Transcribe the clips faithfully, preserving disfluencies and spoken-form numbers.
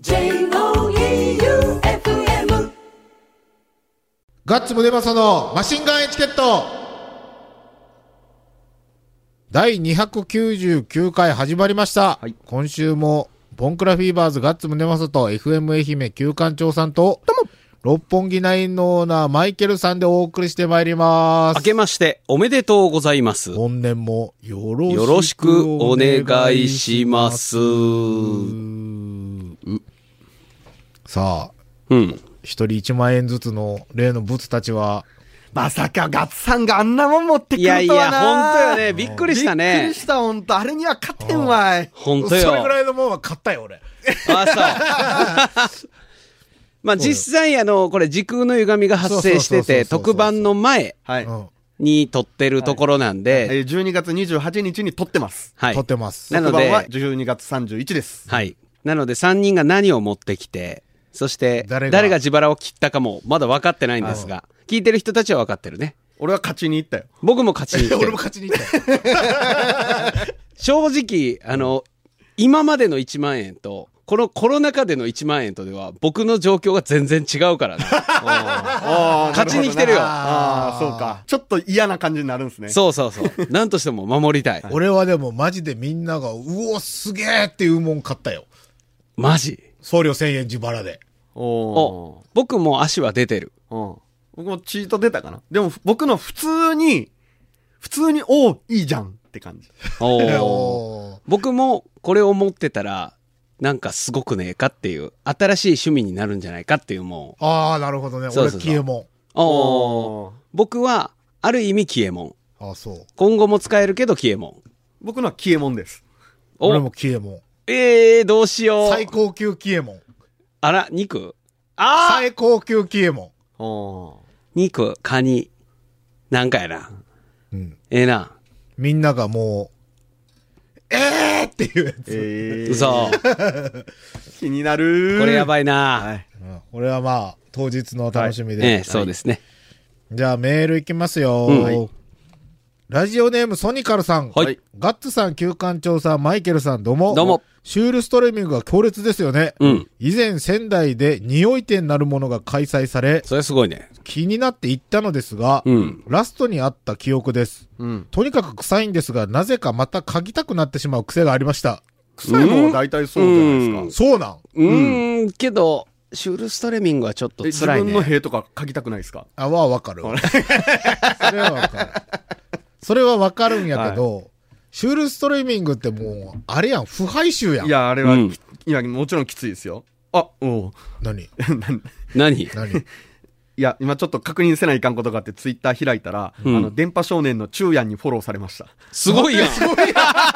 ジェイオーイーユーエフエムガッツムネマソのマシンガンエチケットだいにひゃくきゅうじゅうきゅうかい始まりました、はい、今週もボンクラフィーバーズガッツムネマソと エフエム 愛媛旧館長さんと六本木ナインのオーナーマイケルさんでお送りしてまいります。 明けましておめでとうございます。 本年もよろよろしくお願いします。 さあ、 うん。 一人一万円ずつの例のブツたちは、 まさかガッツさんがあんなもん持ってくるとはな。 いやいや、ほんとよね。びっくりしたね。 びっくりした、ほんと。あれには勝てんわい。 ほんとよ。 それぐらいのもんは買ったよ、俺。 あ、そう。まあ実際、あの、これ時空の歪みが発生してて、特番の前に撮ってるところなんで、 はい、じゅうにがつにじゅうはちにちに撮ってます。 はい。撮ってます。 なので、 特番はじゅうにがつさんじゅういちです。 はい。なのでさんにんが何を持ってきて、そして誰が自腹を切ったかもまだ分かってないんですが、聞いてる人たちは分かってるね。 俺は勝ちに行ったよ。 僕も勝ちに行ったよ。 俺も勝ちに行ったよ。 正直、あの、今までのいちまんえんと、このコロナ禍でのいちまんえんとでは、僕の状況が全然違うからね。勝ちに来てるよ。 ああ、そうか。ちょっと嫌な感じになるんですね。 そうそうそう。なんとしても守りたい。 俺はでもマジでみんなが、うお、すげえっていうもん買ったよ。 マジ？ 送料せんえん自腹で。 おお。僕も足は出てる。 うん。僕もチート出たかな。でも僕の普通に、普通に、おー、いいじゃんって感じ。 おお。僕もこれを持ってたら、なんかすごくねえかっていう、新しい趣味になるんじゃないかっていうもん。ああ、なるほどね。 そうそうそう、 俺、キエモン。 おお。僕は、ある意味キエモン。 ああ、そう。 今後も使えるけどキエモン。 僕のはキエモンです。 俺もキエモン。 ええー、どうしよう。 最高級キエモン。 あら、肉？ああ最高級キエモン。お肉、カニ。なんかやな。 うん。 ええな。 みんながもう、えーっていうやつ。 えー、嘘。 気になるー。 これやばいな、 はい、うん。これはまあ、当日の楽しみで。 はい、ええ、そうですね。 じゃあメールいきますよ、うんはい。ラジオネームソニカルさん。 はい。 ガッツさん、旧館長さん、マイケルさん、どうも。 どうも。 シュールストリーミングが強烈ですよね。 うん。 以前仙台で匂い店なるものが開催され、 それすごいね。 気になって行ったのですが、 うん、 ラストにあった記憶です。 うん。 とにかく臭いんですが、なぜかまた嗅ぎたくなってしまう癖がありました。 臭いもんは大体そうじゃないですか。 うん、そうなんうーん、けど、シュールストレミングはちょっと辛いね。 自分の塀とか嗅ぎたくないですか？ あ、はわかる。それはわかる。それはわかるんやけど、はい、シュールストリーミングってもう、あれやん、腐敗臭やん。 いや、あれは、うん、いや、もちろんきついですよ。あ、おう。 何何何いや、今ちょっと確認せないかんことがあってツイッター開いたら、うん、あの、電波少年の中やんにフォローされました。 すごいやん。 すごいやん。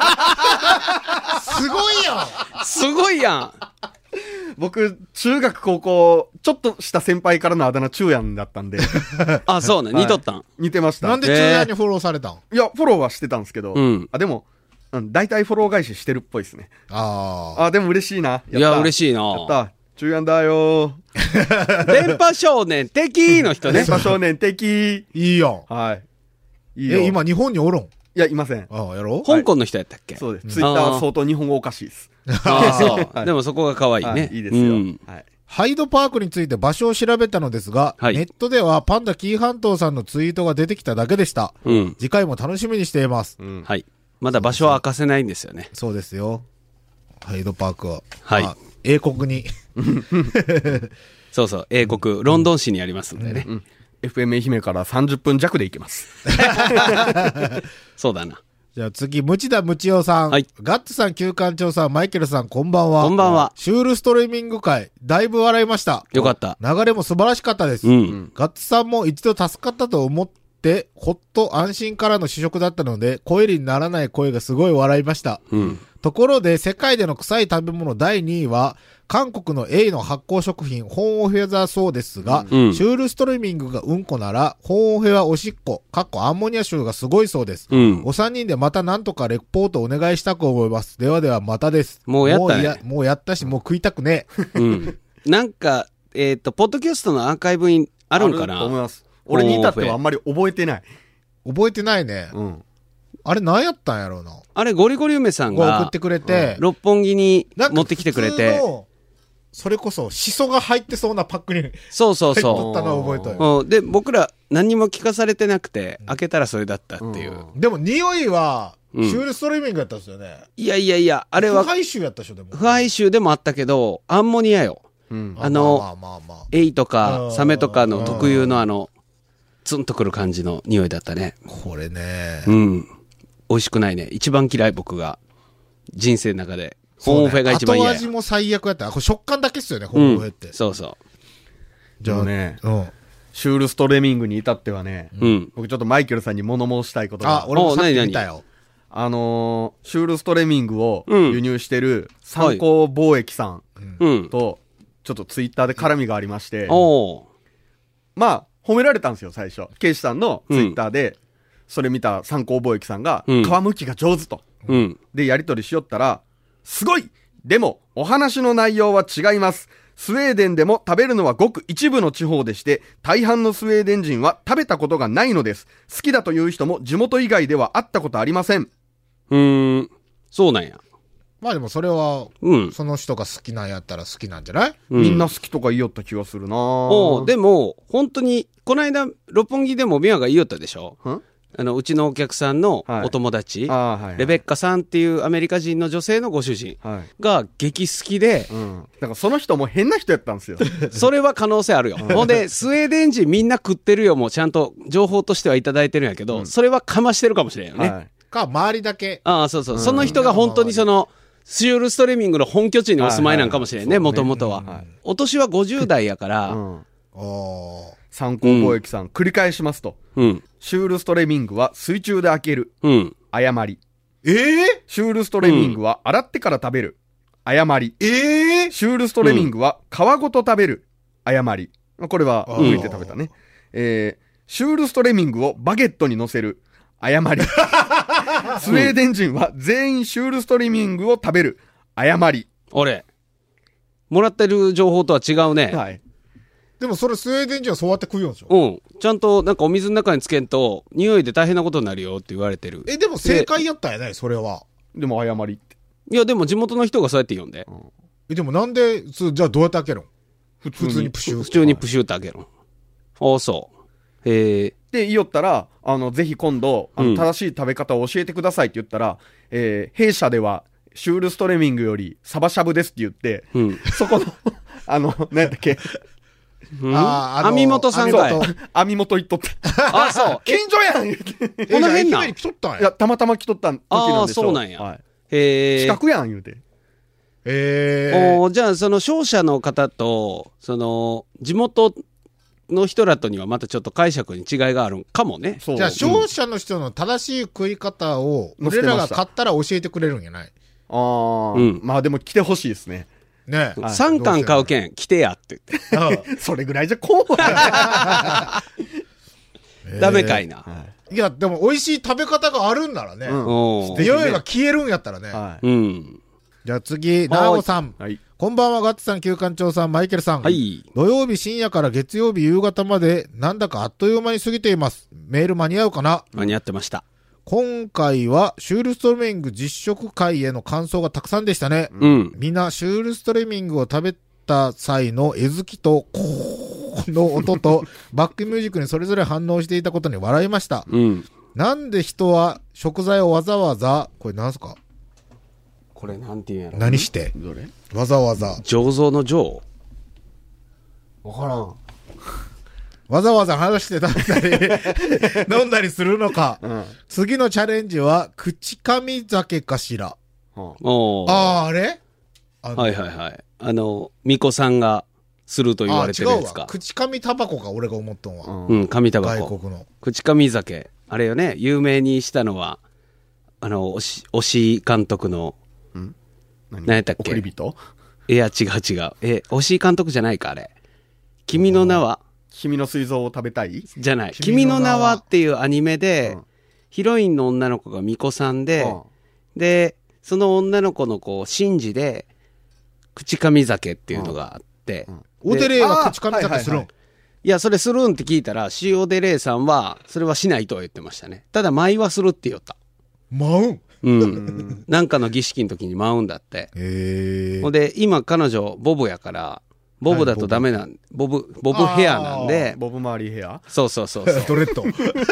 すごいやん。 すごいやん。 僕、中学高校、ちょっとした先輩からのあだ名中やんだったんで。 あ、そうね。似とったん、はい、 似てました。 なんで中やんにフォローされたん？ いや、フォローはしてたんですけど、 うん、 あ、でも、うん、大体フォロー返ししてるっぽいですね。 ああ。 あ、でも嬉しいな。やった。 いや、嬉しいな。 やった。中やんだよー。電波少年敵の人ね。 電波少年敵。 いいやん。 はい。いいよ。 え、今日本におるん？ いや、いません。 ああ、やろう？ 香港の人やったっけ？ そうです。ツイッター相当日本語おかしいです。 ああ、そう。でもそこが可愛いね。 いいですよ。はい。 ハイドパークについて場所を調べたのですが、 はい、 ネットではパンダ紀伊半島さんのツイートが出てきただけでした。 うん、 次回も楽しみにしています。 うん、はい。まだ場所は明かせないんですよね。 そうですよ。ハイドパークは。 はい。 まあ、英国に。 そうそう、英国、うん、ロンドン市にありますんでね。 うん、エフエム 愛媛からさんじゅっぷん弱で行けます。 そうだな。 じゃあ次、ムチダムチオさん。 はい。 ガッツさん、旧館長さん、マイケルさん、こんばんは。 こんばんは。 シュールストリーミング会、だいぶ笑いました。 よかった。 流れも素晴らしかったです。 うん。 ガッツさんも一度助かったと思って、ほっと安心からの試食だったので、声にならない声がすごい笑いました。 うん。 ところで、世界での臭い食べ物だいにいは、韓国の A の発酵食品、ホーンオフェだそうですが、 うん、 シュールストリーミングがうんこなら、ホーンオフェはおしっこ、かっこアンモニア臭がすごいそうです。 うん、 お三人でまたなんとかレポートお願いしたく思います。ではではまたです。 もうやったね。 もうや、もうやったし、もう食いたくねえ。うん。なんか、えっと、ポッドキャストのアーカイブにあるんかな？ あると思います。俺に至ってはあんまり覚えてない。 覚えてないね。 うん。 あれ何やったんやろうな。 あれゴリゴリ梅さんが送ってくれて、 六本木に持ってきてくれて、 それこそ、シソが入ってそうなパックにそうそう入っとそったのを覚えたよ。 う。うん、で、僕ら何にも聞かされてなくて、開けたらそれだったっていう。 でも、匂いは、シうんュールストリーミングやったんですよね。 いやいやいや、あれは腐、敗臭やったでしょ、でも。 腐敗臭でもあったけど、アンモニアよ。 うん。 あのまあまあまあまあ。 エイとうかんサメとかの特有のあの、ツンとくる感じの匂いだったね。 これね。 うん。美味しくないね。一番嫌い僕が。人生の中で。 そうねホームフェが一番嫌や。 後味も最悪やった。あこれ食感だけっすよね、ホームフェって。 そうそじゃあでもねうん。 シュールストレミングに至ってはね、 う。うん。 僕ちょっとマイケルさんに物申したいことあ、 が、 俺もさっきお何見たよ。 あのー、シュールストレミングをうん輸入してる参考貿易さんうん。 と、ちょっとツイッターで絡みがありまして、 おー。 まあ、褒められたんですよ、最初。ケイシさんのツイッターで、それ見た参考貿易さんが、 うん皮むきが上手と。 うん。 で、やりとりしよったら、すごいでも、お話の内容は違います。スウェーデンでも食べるのはごく一部の地方でして、大半のスウェーデン人は食べたことがないのです。好きだという人も地元以外では会ったことありません。 うーん。そうなんや。 まあでもそれは、 うん。 その人が好きなんやったら好きなんじゃないうんみんな好きとか言いよった気がするなおーでも、本当に、この間、六本木でもミワが言いよったでしょんあの、うちのお客さんのはいお友達、 ああ、はい、はい。 レベッカさんっていうアメリカ人の女性のご主人はい。 が激好きで、 うん。だからその人も変な人やったんですよ。 それは可能性あるよ。ほんで、スウェーデン人みんな食ってるよもちゃんと情報としてはいただいてるんやけど、それはかましてるかもしれんよね。 はい。 か、周りだけ。 ああ、そうそう。その人が本当にその、シュールストリーミングの本拠地にお住まいなんかもしれんね、もともとは。お年はごじゅう代やから、 うん。 おー参考貿易さん、繰り返しますと。 うん、 シュールストレミングは水中で開ける。 うん。 誤り。 ええシュールストレミングは洗ってから食べる。誤り。 ええシュールストレミングは皮ごと食べる。誤り。これはうん剥いて食べたね。えー、シュールストレミングをバゲットに乗せる。誤り。スウェーデン人は全員シュールストレミングを食べる。誤り。 俺、もらってる情報とは違うね。 はい。 でもそれスウェーデン人はそうやって食うよんでしょうん。ちゃんとなんかお水の中につけんと、匂いで大変なことになるよって言われてる。 え、でも正解やったんやね、それは。 でも誤りって。 いや、でも地元の人がそうやって言うんで。 え、でもなんで、つじゃあどうやって開けるの普普通にプシュー普通にプシューって開けるの。ああ、そう。へえ。 で、言いよったら、あの、ぜひ今度、あの、 うん正しい食べ方を教えてくださいって言ったら、えー、弊社では、シュールストレミングよりサバしゃぶですって言って、 うん。 そこの、あの、何やったっけ、 うんあーあの網元さんかい。 網元網元行っとって。 ああ、そう。え近所やん言って。 え、 この辺なじゃあ愛媛に来とったんや。 いや、たまたま来とった時なんでしょ。 あーそうなんやはい。 へえ。 近くやん言うて。 ええおーじゃあ、その商社の方と、その、地元の人らとにはまたちょっと解釈に違いがあるんかもね。 そう。 じゃあ、商社の人の正しい食い方を、 載せてました俺らが買ったら教えてくれるんやないああ、 うんまあでも来てほしいですね。 ねえ。 はいさんかん買うけん、来てやって言って。 うんそれぐらいじゃこう。 ダメかいな。 いや、でも美味しい食べ方があるんならね。 うんおー匂いが消えるんやったらね。 はい。 うん。 じゃあ次、なおさん。 はい。 こんばんは、ガッツさん、旧館長さん、マイケルさん。 はい。 土曜日深夜から月曜日夕方まで、なんだかあっという間に過ぎています。メール間に合うかな間に合ってました。 今回は、シュールストレミング実食会への感想がたくさんでしたね。 うん。 みんな、シュールストレミングを食べた際の絵付きと、コーの音と、バックミュージックにそれぞれ反応していたことに笑いました。 うん。 なんで人は食材をわざわざ、これなんすかこれなんて言うんやろ。 何してどれわざわざ。 醸造の醸わからん。 わざわざ話して食べたり、飲んだりするのか。 うん。 次のチャレンジは、口噛酒かしら。 はおーああ、あれあのはいはいはい。あの、巫女さんがすると言われてるあ違うわ。 やつか。 口噛みタバコか、俺が思っとんわ。 あうんうん、紙タバコ。 外国の。 口紙酒。あれよね、有名にしたのは、あの、押し、押し監督の、 何何やったっけ送り人いや、違う違う。え、押し監督じゃないか、あれ。君の名は君の膵臓を食べたいじゃない。 君の名は君の名はっていうアニメで、 うんヒロインの女の子が巫女さんで、 うんで、その女の子のこう、神事で、口紙酒っていうのがあって、 オデレイが口噛み酒するんあーはいはいはい。 いや、それするんって聞いたら、塩デレイさんは、それはしないとは言ってましたね。ただ、舞はするって言った。 舞うんうん。なんかの儀式の時に舞うんだって。 へえ。 ほんで、今彼女、ボブやから、ボブだとダメなん、ボブ、ボブヘアなんで、 ボブ周りヘアそうそうそうそう。 ドレッド。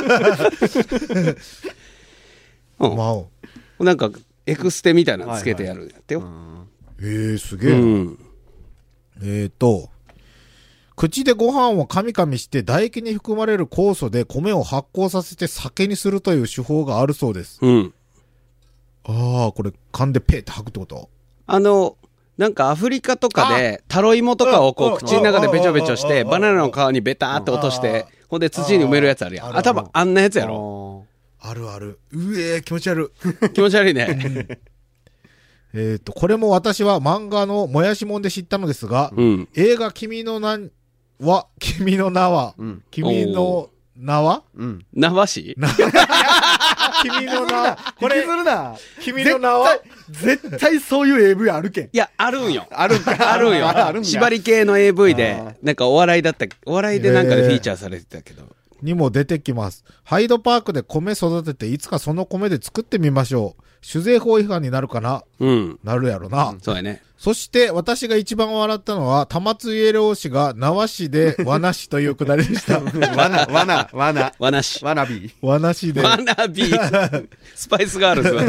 うんわお。 なんか、エクステみたいなのつけてやるんやってよ。 へえ、すげうえな。 ん。 えーと、口でご飯を噛み噛みして唾液に含まれる酵素で米を発酵させて酒にするという手法があるそうです。 うん。 ああ、これ噛んでペーって吐くってこと？ あの、なんかアフリカとかで、タロイモとかをこう口の中でべちょべちょして、バナナの皮にベターって落として、ほんで土に埋めるやつあるやん。あ、多分あんなやつやろ。 あるある。うえー、気持ち悪い。 気持ち悪いね。 えっと、これも私は漫画のもやしもんで知ったのですが、 うん。 映画君の名は、君の名は、 うん。 君の名はうん。 縄市君の名、 ここれれす、るな。 君の名は絶対、絶対そういう エーブイ あるけん。 いや、あるんよ。 あるんか。 あるんよ。 あるんや縛り系の エーブイであー、 なんかお笑いだった、お笑いでなんかでフィーチャーされてたけど。 にも出てきます。ハイドパークで米育てていつかその米で作ってみましょう。酒税法違反になるかな？ うん。 なるやろな。 そうやね。 そして私が一番笑ったのは、玉津イエロー氏が縄氏で罠氏というくだりでした。 わな、わな、わな。 わなし。 わなび。 罠氏で。 わなび。スパイスガールズ。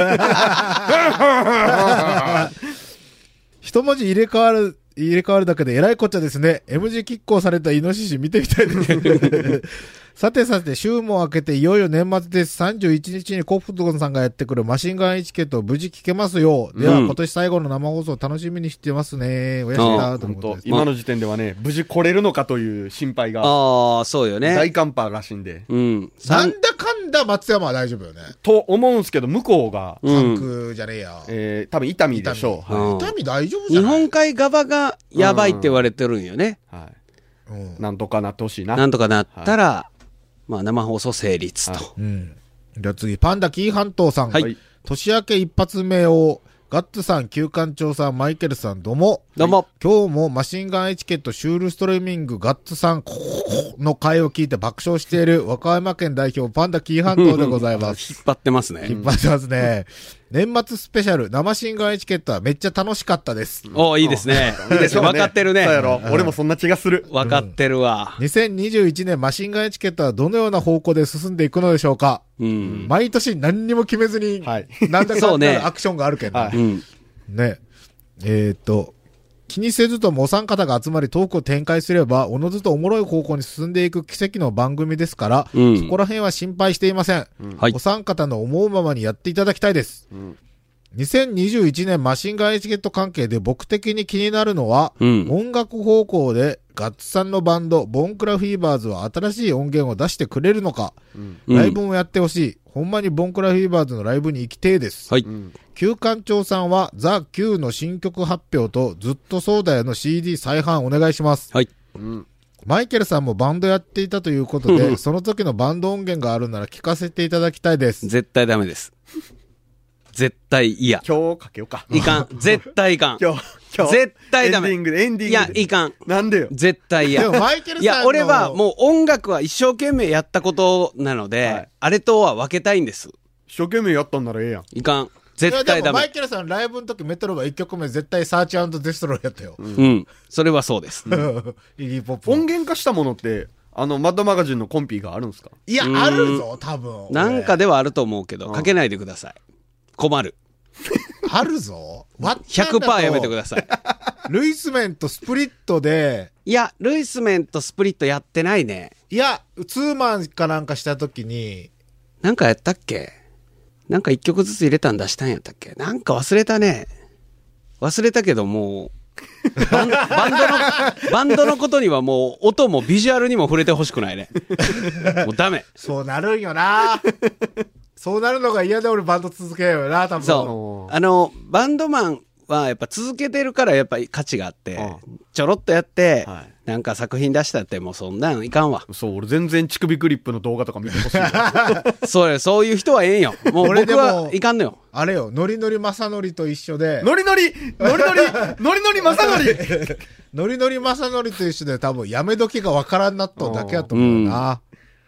一文字入れ替わる、入れ替わるだけでえらいこっちゃですね。エムジー キックをされたイノシシ見てみたいです。さてさて、週も明けていよいよ年末です。さんじゅういちにちにコフトンさんがやってくるマシンガンエチケットを無事聞けますよ。では、 うん今年最後の生放送楽しみにしてますね。おやすみだと本当思って。 今の時点ではね、無事来れるのかという心配が、 ああ、そうよね。 大寒波らしいんで。 うん。 な三んだかんだ松山は大丈夫よね。 と思うんすけど、向こうが、 うん。 タンクじゃねえや。 えー、多分痛みでしょう。 うんは痛み大丈夫じゃ日ない本海側がやばいって言われてるんよね。 い。はい。 うん。 なんとかなってほしいな。 なんとかなったら、まあ生放送成立と。 うん。じゃあ次、パンダキー半島さん。 はい年明け一発目を、ガッツさん、旧館長さん、マイケルさん、どうも。 どうも。 今日もマシンガンエチケットシュールストリーミングガッツさんの回を聞いて爆笑している和歌山県代表パンダキー半島でございます。 引っ張ってますね。 引っ張ってますね。年末スペシャル生シンガンエチケットはめっちゃ楽しかったです。 おいいですね。いいですね。分かってるねそう。やろ。俺もそんな気がする。 分かってるわ。 にせんにじゅういちねんマシンガンエチケットはどのような方向で進んでいくのでしょうか？ うん。 毎年何にも決めずに、 はいなんだかんそうねだアクションがあるけど。 はいうん。 ね。えーっと、気にせずともお三方が集まりトークを展開すれば、おのずとおもろい方向に進んでいく奇跡の番組ですから、 うんそこら辺は心配していません。 はいお三方の思うままにやっていただきたいです。 んにせんにじゅういちねんマシンガンエチケット関係で僕的に気になるのは、 うん。 音楽方向でガッツさんのバンド、ボンクラフィーバーズは新しい音源を出してくれるのか、 うんライブもやってほしい。ほんまにボンクラフィーバーズのライブに行きてえです。 はい。 旧館長さんはザ・キューの新曲発表とずっとそうだよの シーディー 再販お願いします。 はい。 うん。 マイケルさんもバンドやっていたということで、その時のバンド音源があるなら聞かせていただきたいです。 絶対ダメです。絶対嫌。 今日かけようか。 いかん。絶対いかん。 今日、今日。 絶対ダメエンディングで、エンディンいやグ、で。 いかん。 なんでよ。 絶対で嫌。 もマイケルさんのいや、俺はもう音楽は一生懸命やったことなので、 はいあれとは分けたいんです。 一生懸命やったんならええやん。 いかん。 いや絶対ダメ。 でもマイケルさんライブの時メトロがいっきょくめ絶対サーチ&デストロイやったよ。 うん。それはそうです。 イギーポップ。 音源化したものって、あの、マッドマガジンのコンピがあるんですか？ いや、 うんあるぞ、多分。 なんかで。 ではあると思うけど、かけないでください。困る。 あるぞ。 ひゃくパーセントやめてください。 ルイスメントスプリットで、 いや、ルイスメンとスプリットやってないね。 いや、ツーマンかなんかした時に、 なんかやったっけなんか一曲ずつ入れたん出したんやったっけなんか忘れたね。忘れたけどもう、バンバンドの、バンドのことにはもう音もビジュアルにも触れてほしくないね。もうダメ。 そうなるんよな。そうなるのが嫌で俺バンド続けようよな、多分。 そう。あの、バンドマンはやっぱ続けてるからやっぱり価値があってう、 ちょろっとやっては、 なんか作品出したってもうそんなんいかんわ。 そう、俺全然乳首クリップの動画とか見てほしいわ。 それ、そういう人はええんよ。もう俺でも僕はいかんのよ。 あれよ、ノリノリマサノリと一緒で、 ノリノリノリノリノリノリマサノリノリノリマサノリと一緒で多分やめ時がわからんなっとうだけやと思うな。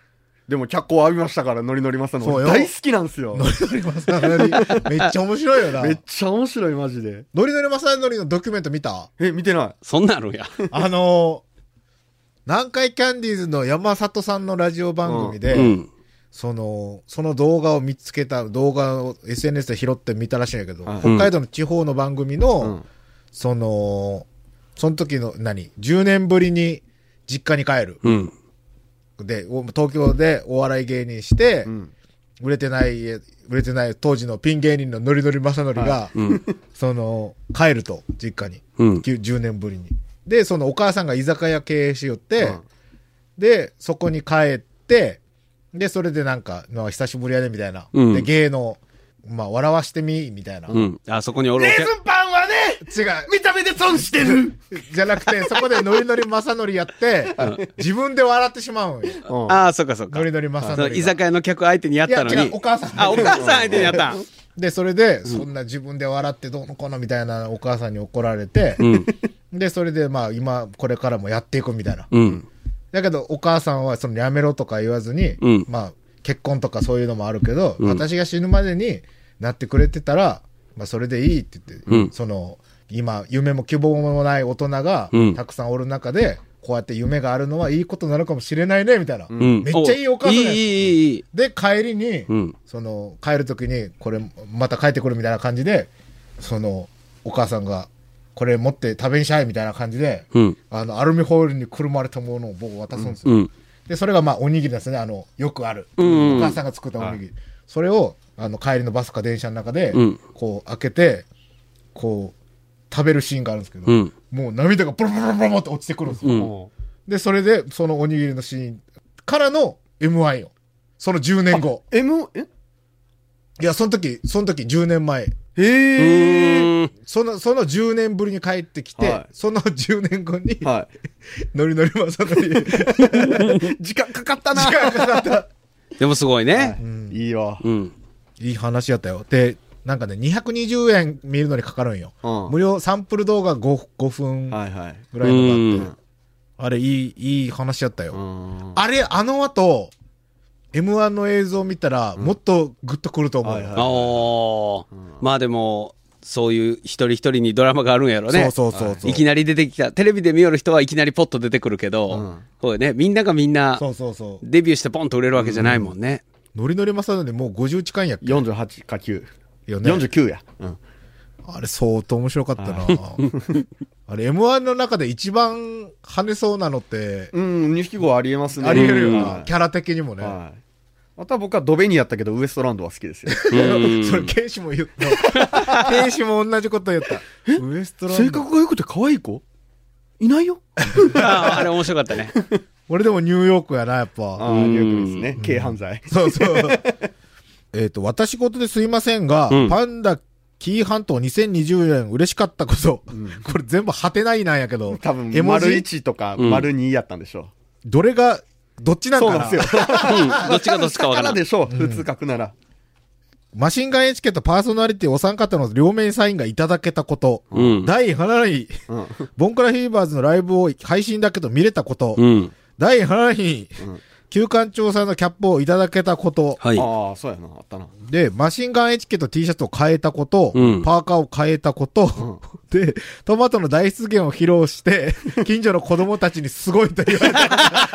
でも脚光浴びましたから、ノリノリマサノリ。 そうよ大好きなんですよ。 ノリノリマサノリ。めっちゃ面白いよな。 めっちゃ面白い、マジで。 ノリノリマサノリのドキュメント見た？ え、見てない。 そんなのや。 あのー、南海キャンディーズの山里さんのラジオ番組で、 うん。 その、その動画を見つけた、動画を エスエヌエス で拾って見たらしいんやけど、 うん北海道の地方の番組の、 うん。 その、その時の、何 ?じゅう 年ぶりに実家に帰る。 うん。 で、お東京でお笑い芸人して、 うん。 売れてない、売れてない当時のピン芸人のノリノリマサノリが、 うん。 その、帰ると、実家に。 うん。 きゅうじゅうねんぶりに。で、そのお母さんが居酒屋経営しよって、 うんで、そこに帰って、で、それでなんか、まあ、久しぶりやね、みたいな。 うんで、芸能、まあ、笑わしてみ、みたいな。 うん。あそこにおるおレー客ズンパンはね、 違う。 見た目で損してる。 じゃなくて、そこでノリノリマサノリやって、自分で笑ってしまうんよ。 うんああ、そっかそっかノ。リノリマサそのノリが。 居酒屋の客相手にやったのにいや違う。お母さん。 あ、お母さん相手にやった。 で、それで、そんな自分で笑ってどうのこうのみたいなお母さんに怒られて、 うん。 で、それでまあ今、これからもやっていくみたいな。 うん。 だけど、お母さんはそのやめろとか言わずに、 うんまあ、結婚とかそういうのもあるけど、 うん私が死ぬまでになってくれてたら、まあそれでいいって言って、 うんその、今、夢も希望もない大人がうんたくさんおる中で、こうやって夢があるのはいいことなのかもしれないね、みたいな。 うん。 めっちゃいいお母さんやんいいいいいいいい。 で、帰りに、 うん。 その、帰るときに、これ、また帰ってくるみたいな感じで、その、お母さんが、これ持って食べんしゃいみたいな感じで、 うん。 あの、アルミホイルにくるまれたものを僕渡すんですよ。 うん。 で、それがまあ、おにぎりですね。あの、よくある。 うんうんお母さんが作ったおにぎり。それを、あの、帰りのバスか電車の中で、 うんこう、開けて、こう、食べるシーンがあるんですけど、 うん。 もう涙がボロボロボロボロって落ちてくるんですよ。 うんで、それで、そのおにぎりのシーンからの エムワン よ。そのじゅうねんご。 M、えいや、その時、その時じゅうねんまえ。 うへえ。 ーん。 その、そのじゅうねんぶりに帰ってきて、 はいそのじゅうねんごに、 はノリノリマサノリ、 い。時間かかったな。 時間かかった。 でもすごいね。 いいわ。 うん。 いい話やったよ。で、なんかね、にひゃくにじゅうえん見るのにかかるんよ。 うん無料サンプル動画 5, 5分ぐはいはい。 らいのがあうって、あれいい、いい話やったよ。 うんあれ、あの後、エムワン の映像を見たら、もっとグッとくると思うよ。 はいはいおー。まあでも、そういう一人一人にドラマがあるんやろね。 そうそうそうそう。 いきなり出てきた。テレビで見よる人はいきなりポッと出てくるけど、 うんそうよね。みんながみんなそうそうそう。 デビューしてポンと売れるわけじゃないもんね。 ノリノリマサノリもうごじゅう近いんやっけよんじゅうはちかきゅう。 よね。 よんじゅうきゅうや。うん。 あれ相当面白かったな。あれ エムワン の中で一番跳ねそうなのって、 うん、錦鯉ありえますね。 ありえるようんな。キャラ的にもね。 はい。また僕はドベニやったけど、ウエストランドは好きですよ。 うんそれ、ケイシも言った。ケイシも同じこと言った。ウエストランド。 性格が良くて可愛い子いないよ。 あーあれ面白かったね。 俺でもニューヨークやな、やっぱ。 ああ、ニューヨークですね。軽犯罪。 そうそう。えっと、私事ですいませんが、 うんパンダキー半島にせんにじゅうえん嬉しかったこと。これ全部ハテナイなんやけど。 多分、 絵文字丸いちとかうん丸にやったんでしょどれが、どっちなう。 んかなそうなんですよ。 うんどっちがどっちかわからん。 でしょう。普通書くなら。 マシンガンエチケットパーソナリティお三方の両面サインがいただけたこと。 うん。 第なな位、 うん。 ボンクラフィーバーズのライブを配信だけど見れたこと。 うん。 第なな位、 うん旧館長さんのキャップをいただけたこと。 はい。 ああ、そうやな。あったな。 で、マシンガンエチケット T シャツを変えたこと、 うんパーカーを変えたこと、で、トマトの大出現を披露して、近所の子供たちにすごいと言われた。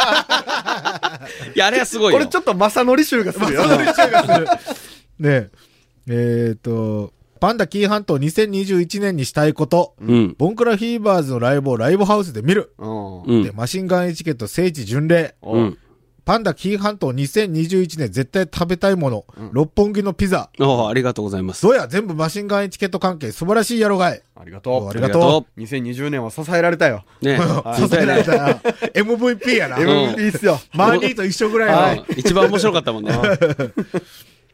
いや、あれはすごいよ。 これちょっと正則集がするよ。 ねえ、えっ、と、パンダキー半島にせんにじゅういちねんにしたいこと、 うん。 ボンクラフィーバーズのライブをライブハウスで見る。 うん。 うんで、マシンガンエチケット聖地巡礼。 うん。 パンダキー半島にせんにじゅういちねん絶対食べたいもの。六本木のピザ。 おーありがとうございます。 どうや、全部マシンガンエチケット関係素晴らしいやろがい。 ありがとう。 ありがとう。 にせんにじゅうねんは支えられたよ。 ね。 支えられたら エムブイピー やな。 んエムブイピー っすよ。 マーニーと一緒ぐらいやな。 うん一番面白かったもんね。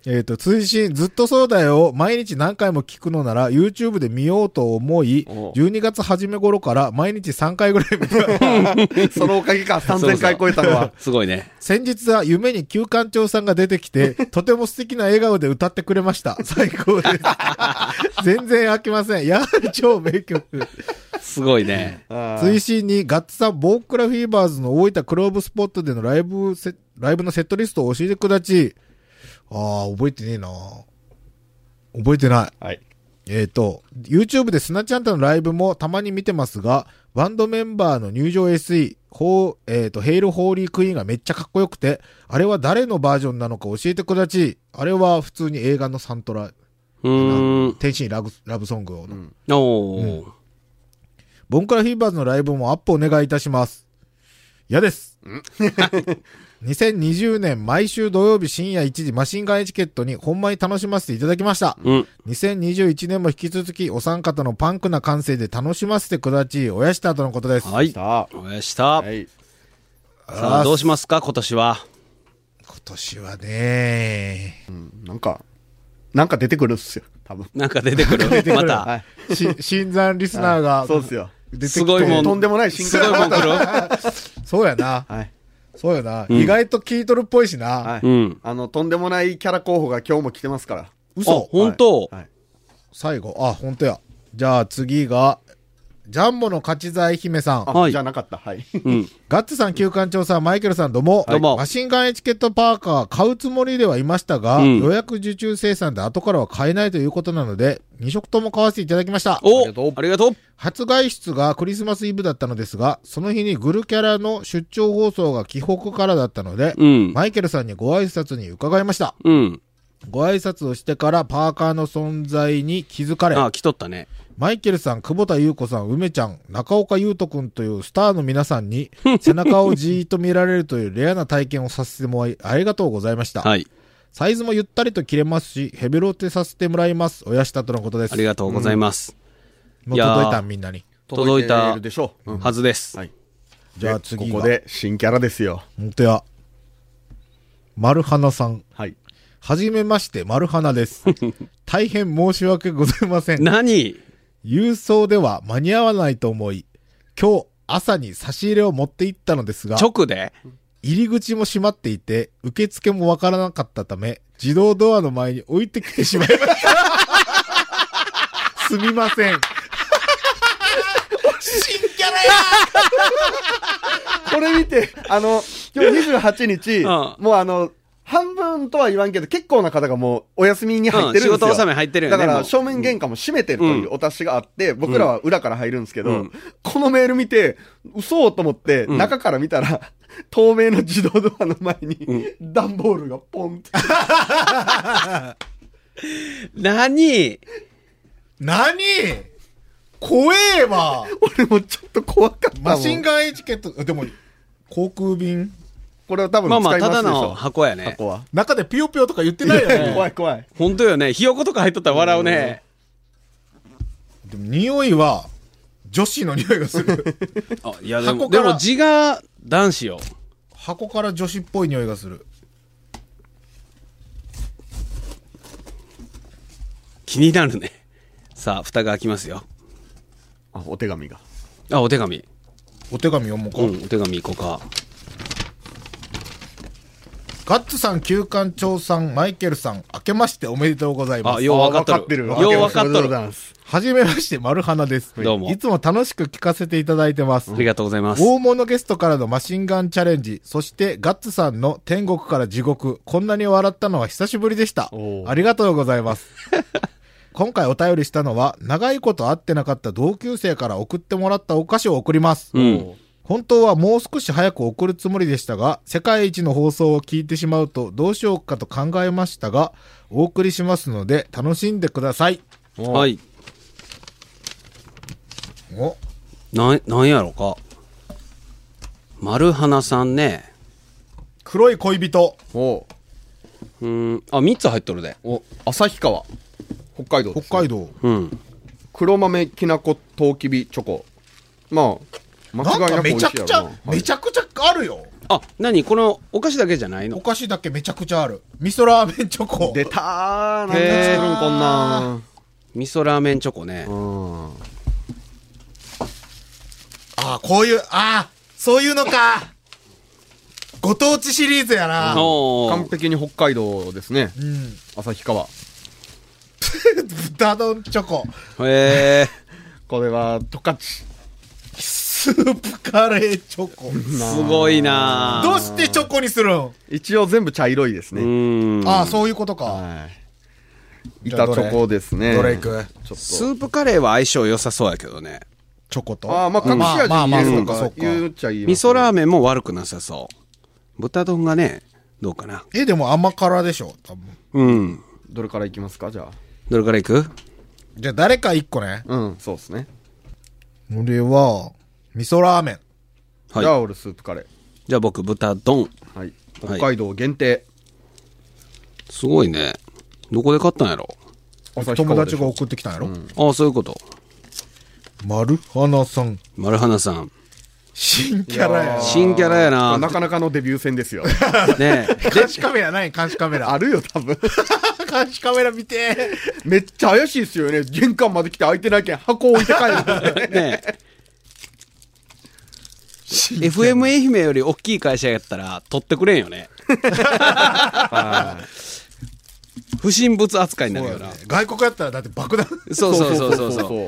えっと、追伸、ずっとそうだよを毎日何回も聞くのなら YouTube で見ようと思い、じゅうにがつ初め頃から毎日さんかいぐらい見てます。 そのおかげか、さんぜんかい超えたのは。 すごいね。 先日は夢に旧館長さんが出てきて、とても素敵な笑顔で歌ってくれました。最高です。全然飽きません。やはり超名曲。 すごいね。 追伸にガッツさん、ボークラフィーバーズの大分クローブスポットでのライブセ、ライブのセットリストを教えてくだち。ああ、覚えてねえな。覚えてない。 はい。 えっ、ー、と、YouTube でスナチャンタのライブもたまに見てますが、バンドメンバーの入場 エスイー、ホー、えっ、ー、と、ヘイル・ホーリー・クイーンがめっちゃかっこよくて、あれは誰のバージョンなのか教えてくだち。あれは普通に映画のサントラ。 うーん。 天使にラブ、ラブソングをの。うん、 おー、うん。 ボンクラフィーバーズのライブもアップお願いいたします。嫌です。にせんにじゅうねん毎週土曜日深夜いちじマシンガンエチケットにほんまに楽しませていただきました。うん、にせんにじゅういちねんも引き続きお三方のパンクな感性で楽しませてくだち、おやしたとのことです。 はい。おやした。はい。さあ、どうしますか、今年は。 今年はね、 うん、なんか、なんか出てくるっすよ、多分。 なんか出てくる。また。はい、 し、新参リスナーが。 そうっすよ。 出てきてすごいもん。 とんでもない新すごいもん来る。 そうやな。はい。そうやな、うん。意外と聞いとるっぽいしな。 はい。うん。あの、とんでもないキャラ候補が今日も来てますから。 嘘。本当、 はい。最後、あ、本当や。じゃあ次が、ジャンボの勝ち財姫さん。 はい。じゃなかった。はい。 うん。ガッツさん、旧館長さん、マイケルさん、どうも。 どうも。 マシンガンエチケットパーカー買うつもりではいましたが、うん、予約受注生産で後からは買えないということなので、に色とも買わせていただきました。 お、ありがとう。ありがとう。 発売室がクリスマスイブだったのですが、その日にグルキャラの出張放送が紀北からだったので、うん、マイケルさんにご挨拶に伺いました。うん。ご挨拶をしてからパーカーの存在に気づかれ。 ああ、来とったね。 マイケルさん、久保田優子さん、梅ちゃん、中岡優斗くんというスターの皆さんに背中をじーっと見られるというレアな体験をさせてもらい、ありがとうございました。はい。サイズもゆったりと切れますし、ヘベロテさせてもらいます。おやしたとのことです。 ありがとうございます。 うん、もう届いたみんなに。 届いたでしょう、うん、 はずです。はい。 じゃあ次ここで新キャラですよ。 ほんとや。丸花さん。 はい。 はじめまして、丸花です。大変申し訳ございません。 何？ 郵送では間に合わないと思い、今日朝に差し入れを持って行ったのですが、 直で入り口も閉まっていて、受付もわからなかったため、自動ドアの前に置いてきてしまいました。すみません。新キャラやこれ見て、あの、今日にじゅうはちにち、うん、もうあの、半分とは言わんけど、結構な方がもうお休みに入ってるんですよ。うん、 仕事納め入ってるよね。 だから正面玄関も閉めてるというお達しがあって、うん、僕らは裏から入るんですけど、うん、このメール見て、嘘と思って、うん、中から見たら、透明の自動ドアの前に、うん、段ボールがポンって。 何何怖えわ。 俺もちょっと怖かったもん。 マシンガンエチケット、でも、航空便これは多分使いますでしょ。 まあまあ、ただの箱やね。 箱は。 中でピヨピヨとか言ってないよね。 怖い怖い。 本当よね。ひよことか入っとったら笑うね。 でも匂いは、女子の匂いがする。 あ、いやでも、でも字が男子よ。 箱から女子っぽい匂いがする。 気になるね。さあ、蓋が開きますよ。 あ、お手紙が。 あ、お手紙。 お手紙読もうか。 うん、お手紙行こうか。 ガッツさん、旧館長さん、マイケルさん、明けましておめでとうございます。 あ、よう分かってる。よう分かってる。 はじめまして、丸花です。 どうも。 いつも楽しく聞かせていただいてます。 ありがとうございます。 大物ゲストからのマシンガンチャレンジ、そしてガッツさんの天国から地獄、こんなに笑ったのは久しぶりでした。ありがとうございます。今回お便りしたのは、長いこと会ってなかった同級生から送ってもらったお菓子を送ります。うん、本当はもう少し早く送るつもりでしたが、世界一の放送を聞いてしまうとどうしようかと考えましたが、お送りしますので楽しんでください。 はい。 おな、なんやろか。丸花さんね。 黒い恋人。 おうーん。あ、みっつ入っとるで。 お、旭川。北海道、 ね。北海道。 うん。 黒豆きなことうきびチョコ。まあ、間違いなく美味しいやろな。 めちゃくちゃ、めちゃくちゃあるよ。 あ、何このお菓子だけじゃないの？ お菓子だけめちゃくちゃある。味噌ラーメンチョコ。 出たー。なんで作るんこんなん。 味噌ラーメンチョコね。 うん。 ああ、こういう、ああ、そういうのか。ご当地シリーズやな。 おー完璧に北海道ですね。 うん。 旭川。 豚丼チョコ。 へえ。 これは、十勝。 スープカレーチョコ。 すごいなどうしてチョコにするん？ 一応全部茶色いですうね。 ーん。 ああ、そういうことか。 はい。 じゃあどれ板チョコですね。 どれいく？ ちょっスープカレーは相性良さそうやけどね。 チョコと。 と。ああ、まあ、隠し味まあまあ入れるのかまあそうかそうか言っちゃいい。 味噌ラーメンも悪くなさそう。豚丼がね、どうかな。 え、でも甘辛でしょ、多分。 うん。 どれからいきますか、じゃあ。 どれからいく？ じゃあ誰か一個ね。 うん、そうですね。 俺は、味噌ラーメン。 はいじゃあ、俺スープカレー。 じゃあ僕、豚丼。 はい。北海道限定。 すごいね。どこで買ったんやろ？ 友旭川でしょ達が送ってきたんやろ、 ああ、そういうこと。 丸花さん。 丸花さん。 新キャラや。 新キャラやな。 なかなかのデビュー戦ですよ。 ねえ。 監視カメラない監視カメラ。 あるよ、多分。 監視カメラ見て。 めっちゃ怪しいですよね。玄関まで来て開いてないけん箱置いて帰る。 ねえ。エフエム 愛媛より大きい会社やったら取ってくれんよね。不審物扱いになるよな。 ね、外国やったらだって爆弾。 そうそうそうそうそう。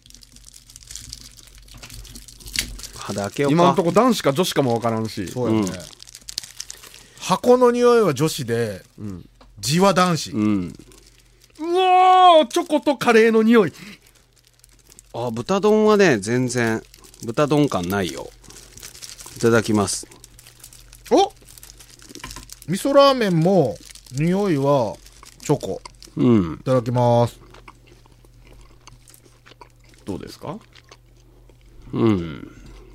肌開けようか。 今のとこ男子か女子かもわからんし。 そうやね、うん。箱の匂いは女子で、うん、字は男子。 うん。 うわー、チョコとカレーの匂い。 あ、豚丼はね、全然、豚丼感ないよ。いただきます。 お味噌ラーメンも、匂いは、チョコ。 うん。 いただきます。 どうですか？ うん。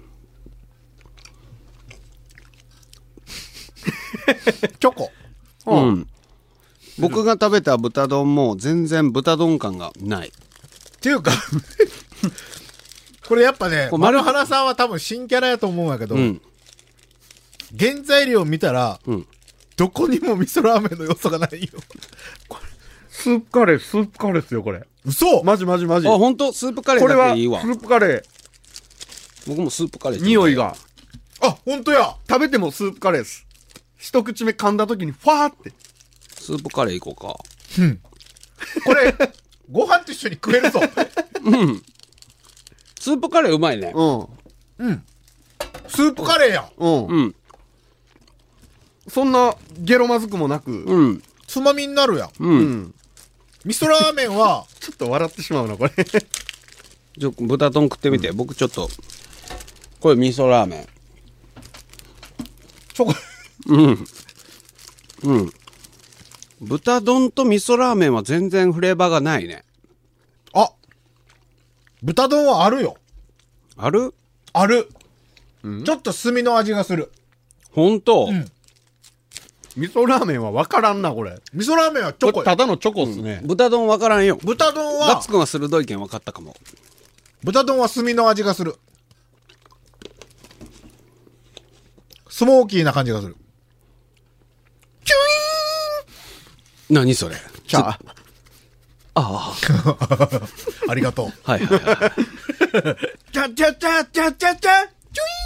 チョコ。 うん。僕が食べた豚丼も全然豚丼感がない。 っていうか、これやっぱね、 これ丸丸花さんは多分新キャラやと思うんやけど、 うん。 原材料見たら、 うん。 どこにも味噌ラーメンの要素がないよ。 スープカレー、スープカレーですよ、これ。 嘘マジマジマジ。 あ、ほんとスープカレーこれは、スだけいいわ。 ープカレー。 僕もスープカレー。 匂い。が。 あ、ほんとや。 食べてもスープカレーです。一口目噛んだ時に、ファーって。 スープカレーいこうか。 これ、ご飯と一緒に食えるぞ。 スープカレーうまいね。 うん。 スープカレーやん。 うん。 うん。 そんな、ゲロまずくもなく。 うん。 つまみになるやん。 う。 うんん。 味噌ラーメンは、 ちょっと笑ってしまうな、これ。 ちょ豚丼食ってみて。僕ちょっと、これ味噌ラーメン。 チョコ、 うん。うん。豚丼と味噌ラーメンは全然フレーバーがないね。 あ、豚丼はあるよ。 ある？ ある。ちょっと炭の味がする。 ほんと？ ん味噌ラーメンは分からんな、これ。 味噌ラーメンはチョコや。 これただのチョコっすね。 豚丼わからんよ。 豚丼はガッツ、くんは鋭い件分かったかも。 豚丼は炭の味がする。スモーキーな感じがする。 何それ？ じゃあ、 あありがとう。 あ。はいはいはい。 ちゃちゃちゃちゃちゃちゃ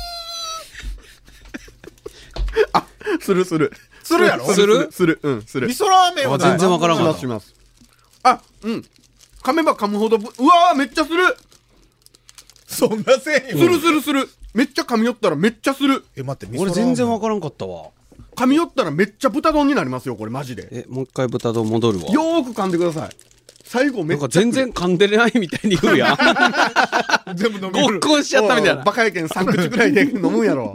するする。 するやろするする。うん、する。 味噌ラーメンはあ全然わからんしかったますします。あ、うん。噛めば噛むほどぶ、うわーめっちゃするそんなせいするするする。めっちゃ噛み寄ったらめっちゃする。 え、待って、味噌ラー俺メン全然わからんかったわ。 噛み寄ったらめっちゃ豚丼になりますよ、これマジで。 え、もう一回豚丼戻るわ。 よーく噛んでください。最後めっちゃ。 なんか全然噛んでないみたいに言うやん。 全部飲みごっこんしちゃったみたいな。 バカやけんさん口くらいで飲むんやろ。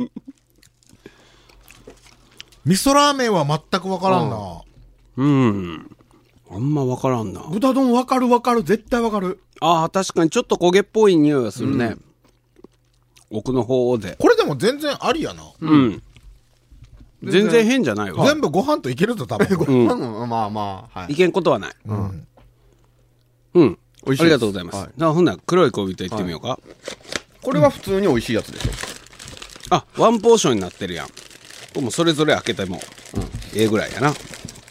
味噌ラーメンは全くわからんな。 うん。あんまわからんな。 豚丼わかるわかる。絶対わかる。 ああ、確かにちょっと焦げっぽい匂いがするね。奥の方で。 これでも全然ありやな。 うん。全然変じゃないわ。 全部ご飯といけるぞ、多分。 うん、まあまあ、はいい。けんことはない。 うん。 うん。 美味しいですありがとうございます。 はいじゃあ、ほんなら黒い恋人行ってみようか。 これは普通に美味しいやつでしょ。 あ、ワンポーションになってるやん。 もうそれぞれ開けても、うん、ええぐらいやな。う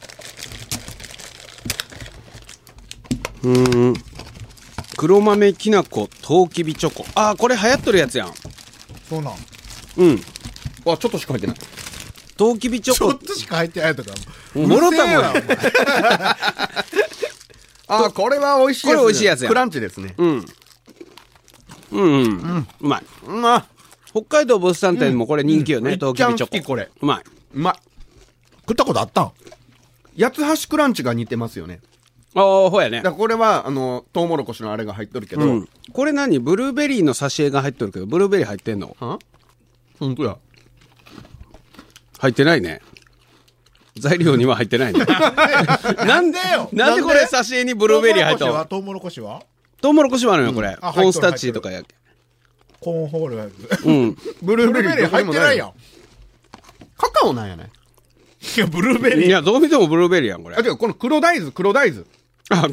ーん。黒豆きなことうきびチョコ。ああ、これ流行っとるやつやん。 そうなん。 うん。 あ、ちょっとしか入ってない。 とうきびチョコ。 ちょっとしか入ってないとか。 もろたもんや。 あ、これは美味しいやつ、ね。 これ美味しいやつや。 クランチですね。 うん。うんうん。うん、うまい。 うま北海道物産展もこれ人気よね、とうきびチョコ。 好きこれ。 うまい。 うまい。 食ったことあったん？ 八つ橋クランチが似てますよね。 ああ、ほやね。 だからこれは、あの、トウモロコシのあれが入っとるけど。 うん、これ何ブルーベリーの挿絵が入っとるけど、ブルーベリー入ってんの？ はほんとや。 入ってないね。材料には入ってないね。 なんでよ。 なんでこれ挿絵にブルーベリー入ったの？ トウモロコシは？ トウモロコシはあるよ、これ。コーンスターチとかやっけ。 コーンホールやつ。 うん。 ブルーベリー入ってないやん。 カカオなんやね。 いや、ブルーベリー。 いや、どう見てもブルーベリーやん、これ。 あ、違う、この黒大豆、黒大豆。 あ、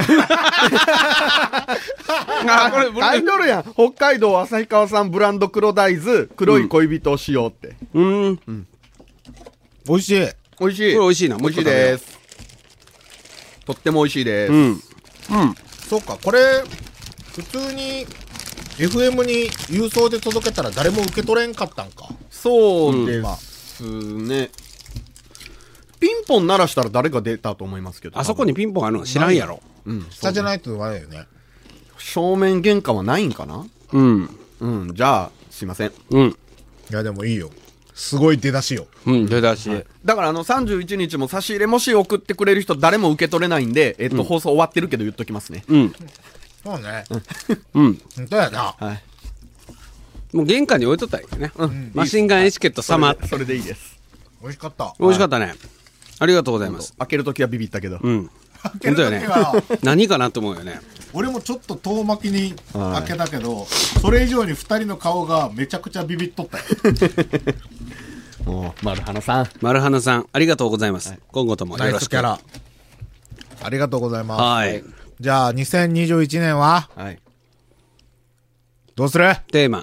あ、これブルーベリー。 入っとるやん。北海道旭川産ブランド黒大豆、黒い恋人をしようって。 うん。うん。 美味しい。 美味しい。 これ美味しいな。 美味しいです。とっても美味しいです。 うん。うん。 そうか、これ、普通に エフエム に郵送で届けたら誰も受け取れんかったんか。 そうですね。ピンポン鳴らしたら誰が出たと思いますけど。 あそこにピンポンあるの知らんやろ。 うん。 下じゃないと言わないよね。 正面玄関はないんかな？ うん。 うん。じゃあ、すいません。 うん。 いや、でもいいよ。すごい出だしよ。 うん、出だし。 だからあのさんじゅういちにちも差し入れもし送ってくれる人誰も受け取れないんで、えっと、放送終わってるけど言っときますね。 うん。 そうね。 うん。 本当やな。 はい。 もう玄関に置いとったらいいよね。うん。マシンガンエチケット様。 それでいいです。 美味しかった。 美味しかったね。ありがとうございます。 開けるときはビビったけど。 うん。 開けるときは、 何かなと思うよね。 俺もちょっと遠巻きに開けたけど、それ以上に二人の顔がめちゃくちゃビビっとったよ。 もう、丸花さん。 丸花さん、ありがとうございます。はい、今後ともよろしく。 ナイスキャラ。ありがとうございます。 はい。 じゃあ、にせんにじゅういちねんははい。 どうする？ テーマ。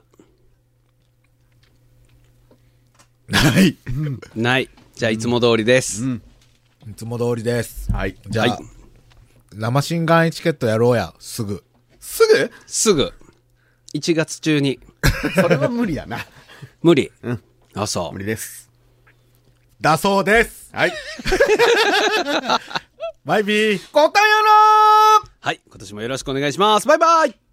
ない。 ない。じゃあ、いつも通りです。 うん。いつも通りです。 はい。 じゃあ、はい、生マシンガンエチケットやろうや、すぐ。 すぐ？ すぐ。いちがつ中に。 それは無理やな。 無理。 うん。 あ、そう。 無理です。 だそうです。 はい。 バイビー。 答えやろー。 はい。今年もよろしくお願いします。バイバイ。